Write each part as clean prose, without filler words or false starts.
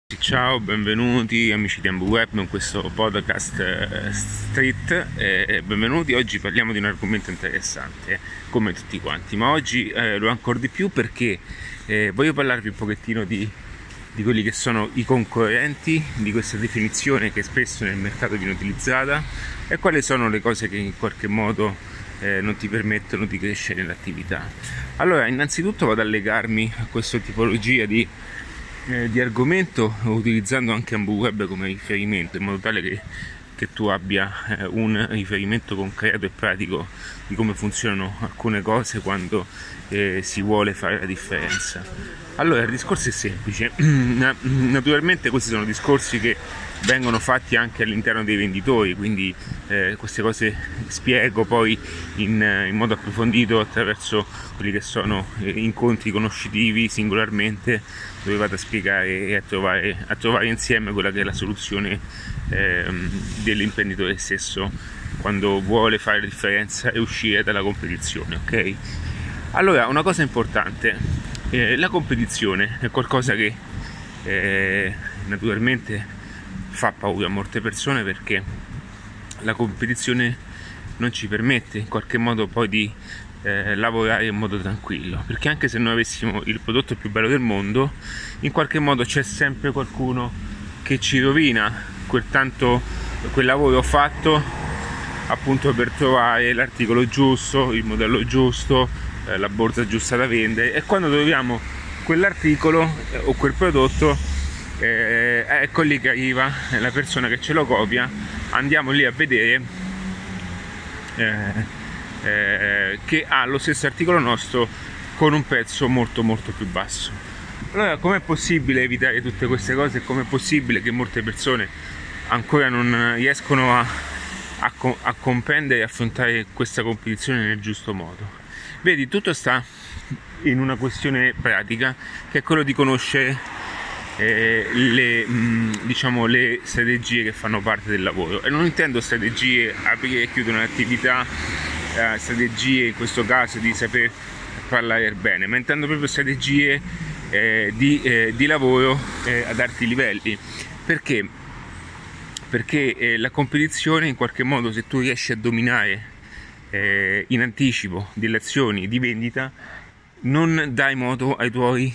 Ciao, benvenuti amici di AmbuWeb in questo podcast street benvenuti. Oggi parliamo di un argomento interessante come tutti quanti, ma oggi lo è ancora di più perché voglio parlarvi un pochettino di quelli che sono i concorrenti di questa definizione che spesso nel mercato viene utilizzata e quali sono le cose che in qualche modo non ti permettono di crescere nell'attività. Allora, innanzitutto vado a legarmi a questa tipologia di argomento utilizzando anche AmbuWeb come riferimento, in modo tale che tu abbia un riferimento concreto e pratico di come funzionano alcune cose quando si vuole fare la differenza. Allora, il discorso è semplice. Naturalmente questi sono discorsi che vengono fatti anche all'interno dei venditori, quindi queste cose spiego poi in modo approfondito attraverso quelli che sono incontri conoscitivi singolarmente, dove vado a spiegare e a trovare insieme quella che è la soluzione dell'imprenditore stesso quando vuole fare la differenza e uscire dalla competizione, ok? Allora, una cosa importante, la competizione è qualcosa che naturalmente fa paura a molte persone, perché la competizione non ci permette in qualche modo poi di lavorare in modo tranquillo, perché anche se noi avessimo il prodotto più bello del mondo, in qualche modo c'è sempre qualcuno che ci rovina quel lavoro fatto appunto per trovare l'articolo giusto, il modello giusto, la borsa giusta da vendere, e quando troviamo quell'articolo o quel prodotto ecco lì che arriva la persona che ce lo copia, andiamo lì a vedere che ha lo stesso articolo nostro con un prezzo molto molto più basso. Allora, com'è possibile evitare tutte queste cose e com'è possibile che molte persone ancora non riescono a comprendere e affrontare questa competizione nel giusto modo? Vedi, tutto sta in una questione pratica, che è quello di conoscere le strategie che fanno parte del lavoro. E non intendo strategie aprire e chiudere un'attività, strategie in questo caso di saper parlare bene, ma intendo proprio strategie di lavoro ad alti livelli. Perché? Perché la competizione, in qualche modo, se tu riesci a dominare in anticipo delle azioni di vendita, non dai modo ai tuoi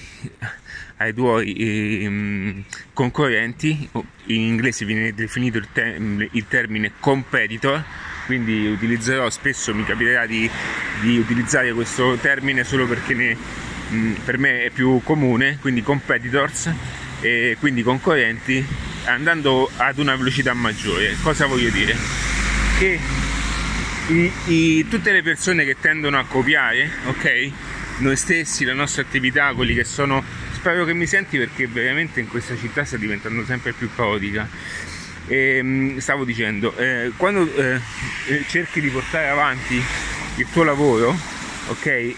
concorrenti, in inglese viene definito il termine competitor, quindi spesso mi capiterà di utilizzare questo termine solo perché per me è più comune, quindi competitors, e quindi concorrenti, andando ad una velocità maggiore. Cosa voglio dire? Che tutte le persone che tendono a copiare, ok, noi stessi, la nostra attività, quelli che sono, spero che mi senti perché veramente in questa città sta diventando sempre più caotica. Stavo dicendo, quando cerchi di portare avanti il tuo lavoro, ok,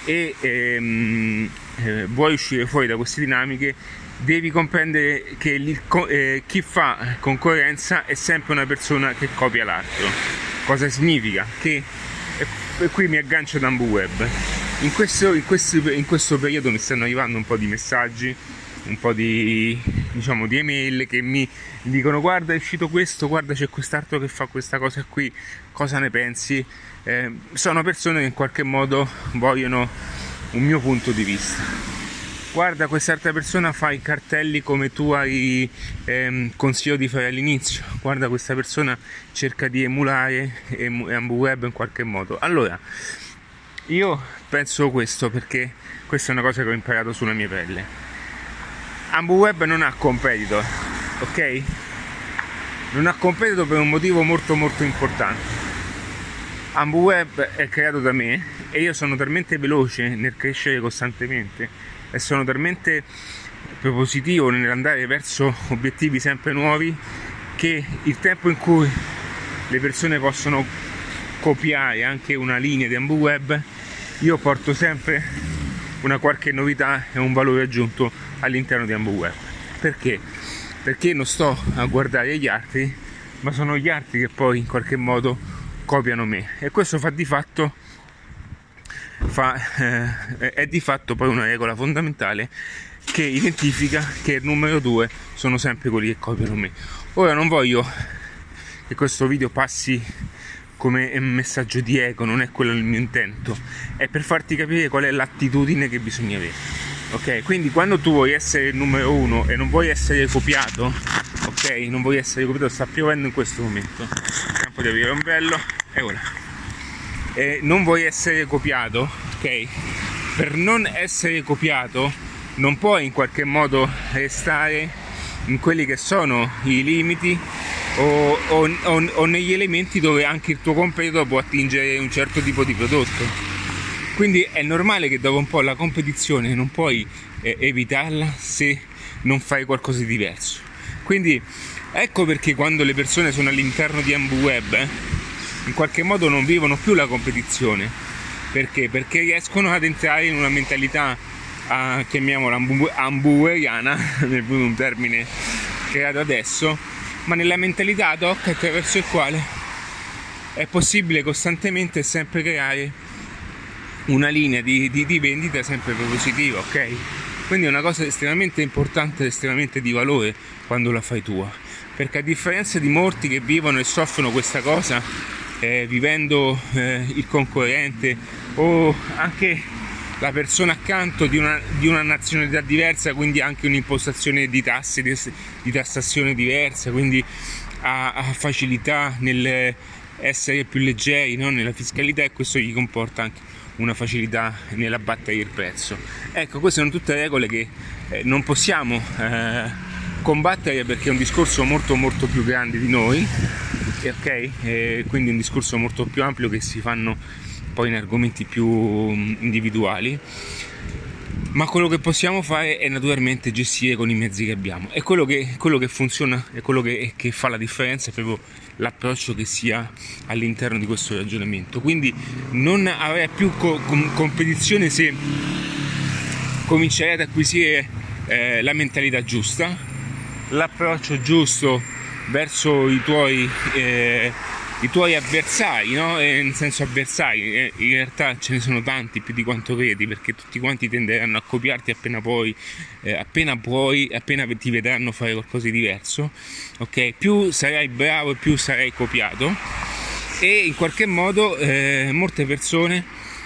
e vuoi uscire fuori da queste dinamiche, devi comprendere che chi fa concorrenza è sempre una persona che copia l'altro. Cosa significa? Che e qui mi aggancio ad AmbuWeb. In questo periodo mi stanno arrivando un po' di messaggi, un po' di email che mi dicono: guarda, è uscito questo, guarda, c'è quest'altro che fa questa cosa qui, cosa ne pensi? Sono persone che in qualche modo vogliono un mio punto di vista. Guarda, quest'altra persona fa i cartelli come tu hai consiglio di fare all'inizio. Guarda, questa persona cerca di emulare AmbuWeb in qualche modo. Allora, io penso questo perché questa è una cosa che ho imparato sulla mia pelle. AmbuWeb non ha competitor, ok? Non ha competitor per un motivo molto molto importante. AmbuWeb è creato da me e io sono talmente veloce nel crescere costantemente e sono talmente propositivo nell'andare verso obiettivi sempre nuovi, che il tempo in cui le persone possono copiare anche una linea di AmbuWeb, io porto sempre una qualche novità e un valore aggiunto all'interno di AmbuWeb. Perché? Perché non sto a guardare gli altri, ma sono gli altri che poi in qualche modo copiano me, e questo è di fatto poi una regola fondamentale che identifica che il numero 2 sono sempre quelli che copiano me. Ora non voglio che questo video passi come un messaggio di ego, non è quello il mio intento, è per farti capire qual è l'attitudine che bisogna avere, ok? Quindi quando tu vuoi essere il numero 1 e non vuoi essere copiato, ok? Non vuoi essere copiato, sta piovendo in questo momento, campo di avere ombrello, eccola. Non vuoi essere copiato, ok? Per non essere copiato non puoi in qualche modo restare in quelli che sono i limiti o negli elementi dove anche il tuo competitor può attingere un certo tipo di prodotto. Quindi è normale che dopo un po' la competizione non puoi evitarla se non fai qualcosa di diverso. Quindi ecco perché quando le persone sono all'interno di AmbuWeb in qualche modo non vivono più la competizione. Perché? Perché riescono ad entrare in una mentalità chiamiamola ambuweriana, nel un termine creato adesso, ma nella mentalità ad hoc attraverso il quale è possibile costantemente sempre creare una linea di vendita sempre più positiva, ok? Quindi è una cosa estremamente importante, estremamente di valore quando la fai tua, perché a differenza di molti che vivono e soffrono questa cosa vivendo il concorrente o anche la persona accanto di una nazionalità diversa, quindi anche un'impostazione di tasse, di tassazione diversa, quindi ha facilità nel essere più leggeri, no? Nella fiscalità, e questo gli comporta anche una facilità nell'abbattere il prezzo. Ecco, queste sono tutte regole che non possiamo combattere, perché è un discorso molto molto più grande di noi, ok? Quindi un discorso molto più ampio che si fanno poi in argomenti più individuali, ma quello che possiamo fare è naturalmente gestire con i mezzi che abbiamo, e quello che funziona e quello che fa la differenza è proprio l'approccio che si ha all'interno di questo ragionamento. Quindi non avere più competizione se comincerai ad acquisire la mentalità giusta, l'approccio giusto verso i tuoi avversari, no? In senso avversari, in realtà ce ne sono tanti, più di quanto vedi, perché tutti quanti tenderanno a copiarti appena ti vedranno fare qualcosa di diverso, ok? Più sarai bravo e più sarai copiato, e in qualche modo molte persone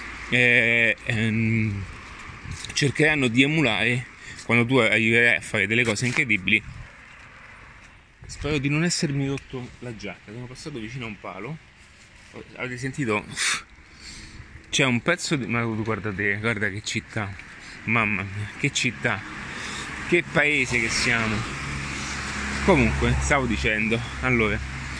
cercheranno di emulare quando tu arriverai a fare delle cose incredibili. Spero di non essermi rotto la giacca, sono passato vicino a un palo, avete sentito? C'è un pezzo di... ma guardate, guarda che città, mamma mia, che città, che paese che siamo. Comunque, stavo dicendo, allora,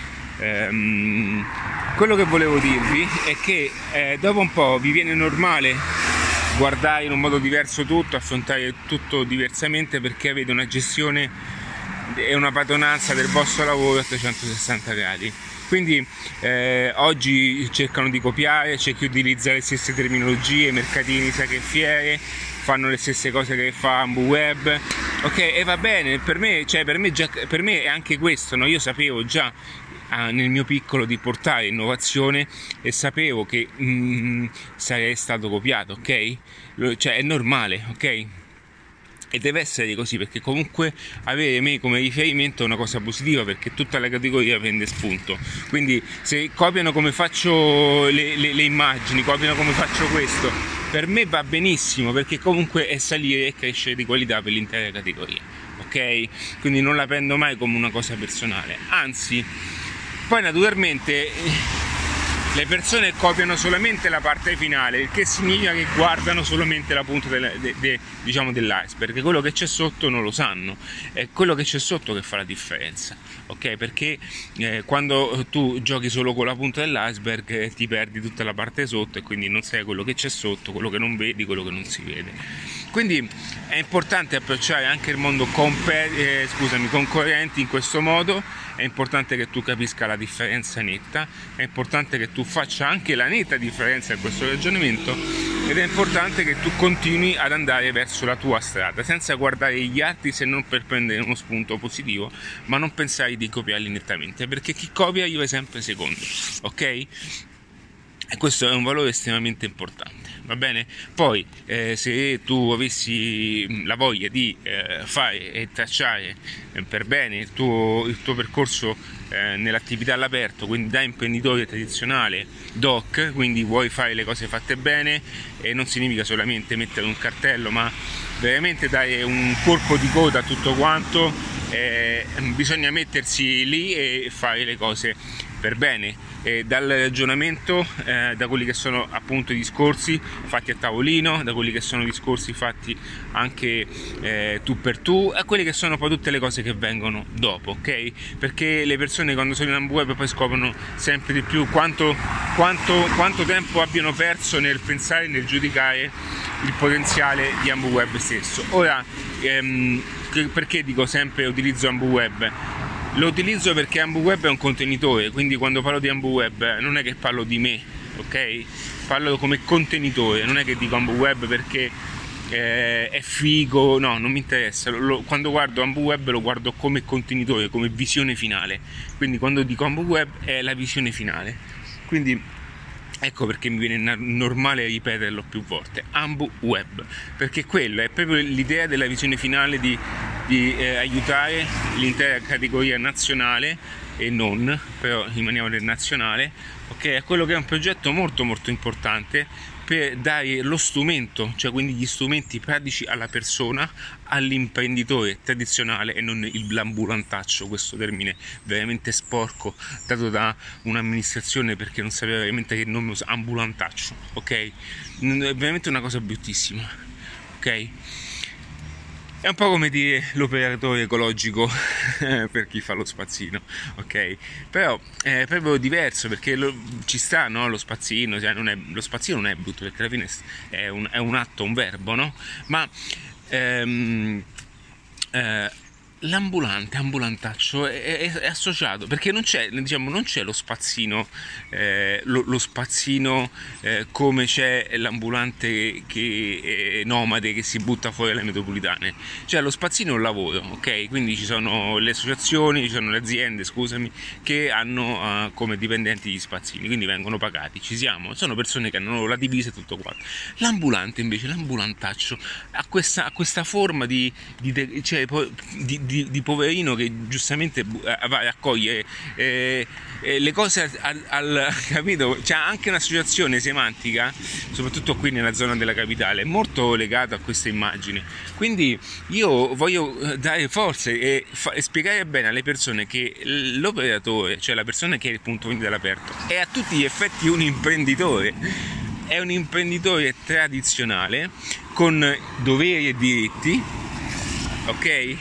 quello che volevo dirvi è che dopo un po' vi viene normale guardare in un modo diverso tutto, affrontare tutto diversamente, perché avete una gestione e una padronanza del vostro lavoro a 360 gradi. Quindi oggi cercano di copiare, cercano di utilizzare le stesse terminologie, i mercatini, fiere, fanno le stesse cose che fa AmbuWeb, ok? E va bene, per me è anche questo, no? Io sapevo già nel mio piccolo di portare innovazione e sapevo che sarei stato copiato, ok? Cioè è normale, ok? E deve essere così, perché comunque avere me come riferimento è una cosa positiva, perché tutta la categoria prende spunto. Quindi se copiano come faccio le immagini, copiano come faccio questo, per me va benissimo, perché comunque è salire e crescere di qualità per l'intera categoria, ok? Quindi non la prendo mai come una cosa personale, anzi, poi naturalmente le persone copiano solamente la parte finale, il che significa che guardano solamente la punta dell'iceberg, perché quello che c'è sotto non lo sanno, è quello che c'è sotto che fa la differenza, ok? Perché quando tu giochi solo con la punta dell'iceberg ti perdi tutta la parte sotto, e quindi non sai quello che c'è sotto, quello che non vedi, quello che non si vede. Quindi è importante approcciare anche il mondo concorrenti in questo modo. È importante che tu capisca la differenza netta, è importante che tu faccia anche la netta differenza in questo ragionamento, ed è importante che tu continui ad andare verso la tua strada senza guardare gli altri, se non per prendere uno spunto positivo, ma non pensare di copiarli nettamente, perché chi copia arriva sempre secondo, ok? E questo è un valore estremamente importante, va bene? Poi se tu avessi la voglia di fare e tracciare per bene il tuo percorso nell'attività all'aperto, quindi da imprenditore tradizionale doc, quindi vuoi fare le cose fatte bene, e non significa solamente mettere un cartello, ma veramente dare un colpo di coda a tutto quanto, bisogna mettersi lì e fare le cose per bene. Dal ragionamento, da quelli che sono appunto i discorsi fatti a tavolino, da quelli che sono discorsi fatti anche tu per tu, a quelli che sono poi tutte le cose che vengono dopo, ok? Perché le persone quando sono in AmbuWeb poi scoprono sempre di più quanto tempo abbiano perso nel pensare, nel giudicare il potenziale di AmbuWeb stesso. Ora, perché dico sempre utilizzo AmbuWeb? Lo utilizzo perché AmbuWeb è un contenitore, quindi quando parlo di AmbuWeb non è che parlo di me, ok? Parlo come contenitore, non è che dico AmbuWeb perché è figo, no, non mi interessa. Quando guardo AmbuWeb lo guardo come contenitore, come visione finale. Quindi quando dico AmbuWeb è la visione finale. Quindi ecco perché mi viene normale ripeterlo più volte, AmbuWeb, perché quello è proprio l'idea della visione finale di aiutare l'intera categoria nazionale e non, però rimaniamo nel nazionale, ok? È quello che è un progetto molto molto importante per dare lo strumento, cioè quindi gli strumenti pratici alla persona, all'imprenditore tradizionale e non l'ambulantaccio, questo termine veramente sporco dato da un'amministrazione perché non sapeva veramente che nome usa, ambulantaccio, ok? È veramente una cosa bruttissima, ok? È un po' come dire l'operatore ecologico per chi fa lo spazzino, ok? Però è proprio diverso perché ci sta, no? Lo spazzino, cioè lo spazzino non è brutto perché alla fine è un atto, un verbo, no? Ma ambulantaccio è associato perché non c'è, diciamo, non c'è lo spazzino, lo spazzino come c'è l'ambulante che nomade che si butta fuori alle metropolitane. Cioè lo spazzino è un lavoro, ok? Quindi ci sono le associazioni, ci sono le aziende, scusami, che hanno come dipendenti gli spazzini, quindi vengono pagati, ci siamo, sono persone che hanno la divisa e tutto quanto. L'ambulante invece, l'ambulantaccio ha questa forma di poverino che giustamente va a raccogliere le cose capito? C'è anche un'associazione semantica, soprattutto qui nella zona della capitale, molto legata a questa immagine. Quindi io voglio dare forze e spiegare bene alle persone che l'operatore, cioè la persona che è il punto vendita all'aperto, è a tutti gli effetti un imprenditore. È un imprenditore tradizionale con doveri e diritti, ok?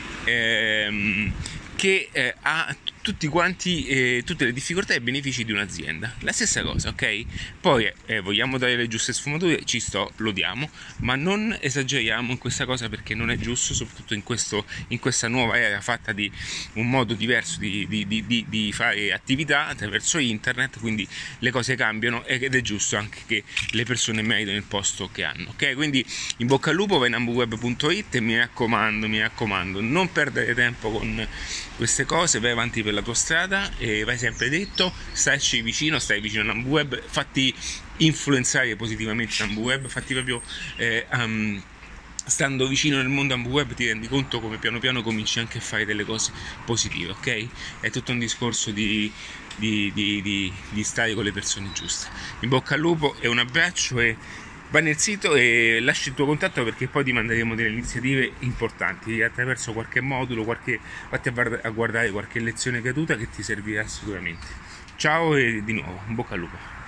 Che ha tutti quanti tutte le difficoltà e benefici di un'azienda, la stessa cosa, ok? Poi vogliamo dare le giuste sfumature, lo diamo, ma non esageriamo in questa cosa perché non è giusto, soprattutto in questa nuova era fatta di un modo diverso di fare attività attraverso internet, quindi le cose cambiano ed è giusto anche che le persone meritino il posto che hanno, ok? Quindi in bocca al lupo, vai in ambuweb.it e mi raccomando, non perdere tempo con queste cose, vai avanti per la tua strada e vai sempre dritto, stai vicino a AmbuWeb, fatti influenzare positivamente da AmbuWeb, fatti proprio stando vicino nel mondo AmbuWeb ti rendi conto come piano piano cominci anche a fare delle cose positive, ok? È tutto un discorso di stare con le persone giuste. In bocca al lupo e un abbraccio, e vai nel sito e lasci il tuo contatto perché poi ti manderemo delle iniziative importanti attraverso qualche modulo, vatti a guardare qualche lezione gratuita che ti servirà sicuramente. Ciao e di nuovo, in bocca al lupo.